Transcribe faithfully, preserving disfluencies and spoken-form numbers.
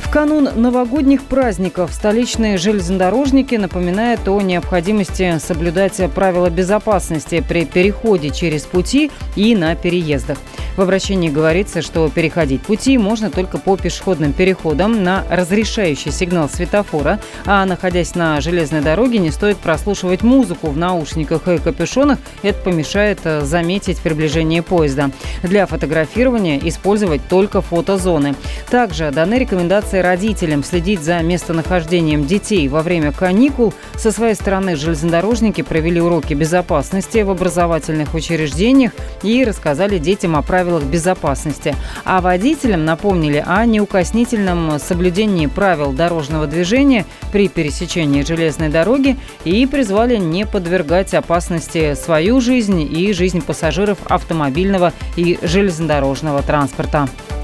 В канун новогодних праздников столичные железнодорожники напоминают о необходимости соблюдать правила безопасности при переходе через пути и на переездах. В обращении говорится, что переходить пути можно только по пешеходным переходам на разрешающий сигнал светофора, а находясь на железной дороге, не стоит прослушивать музыку в наушниках и капюшонах. Это помешает заметить приближение поезда. Для фотографирования использовать только фотозоны. Также даны рекомендации родителям следить за местонахождением детей во время каникул. Со своей стороны железнодорожники провели уроки безопасности в образовательных учреждениях и рассказали детям о правилах безопасности. А водителям напомнили о неукоснительном соблюдении правил дорожного движения при пересечении железной дороги и призвали не подвергать опасности свою жизнь и жизнь пассажиров автомобильного и железнодорожного транспорта.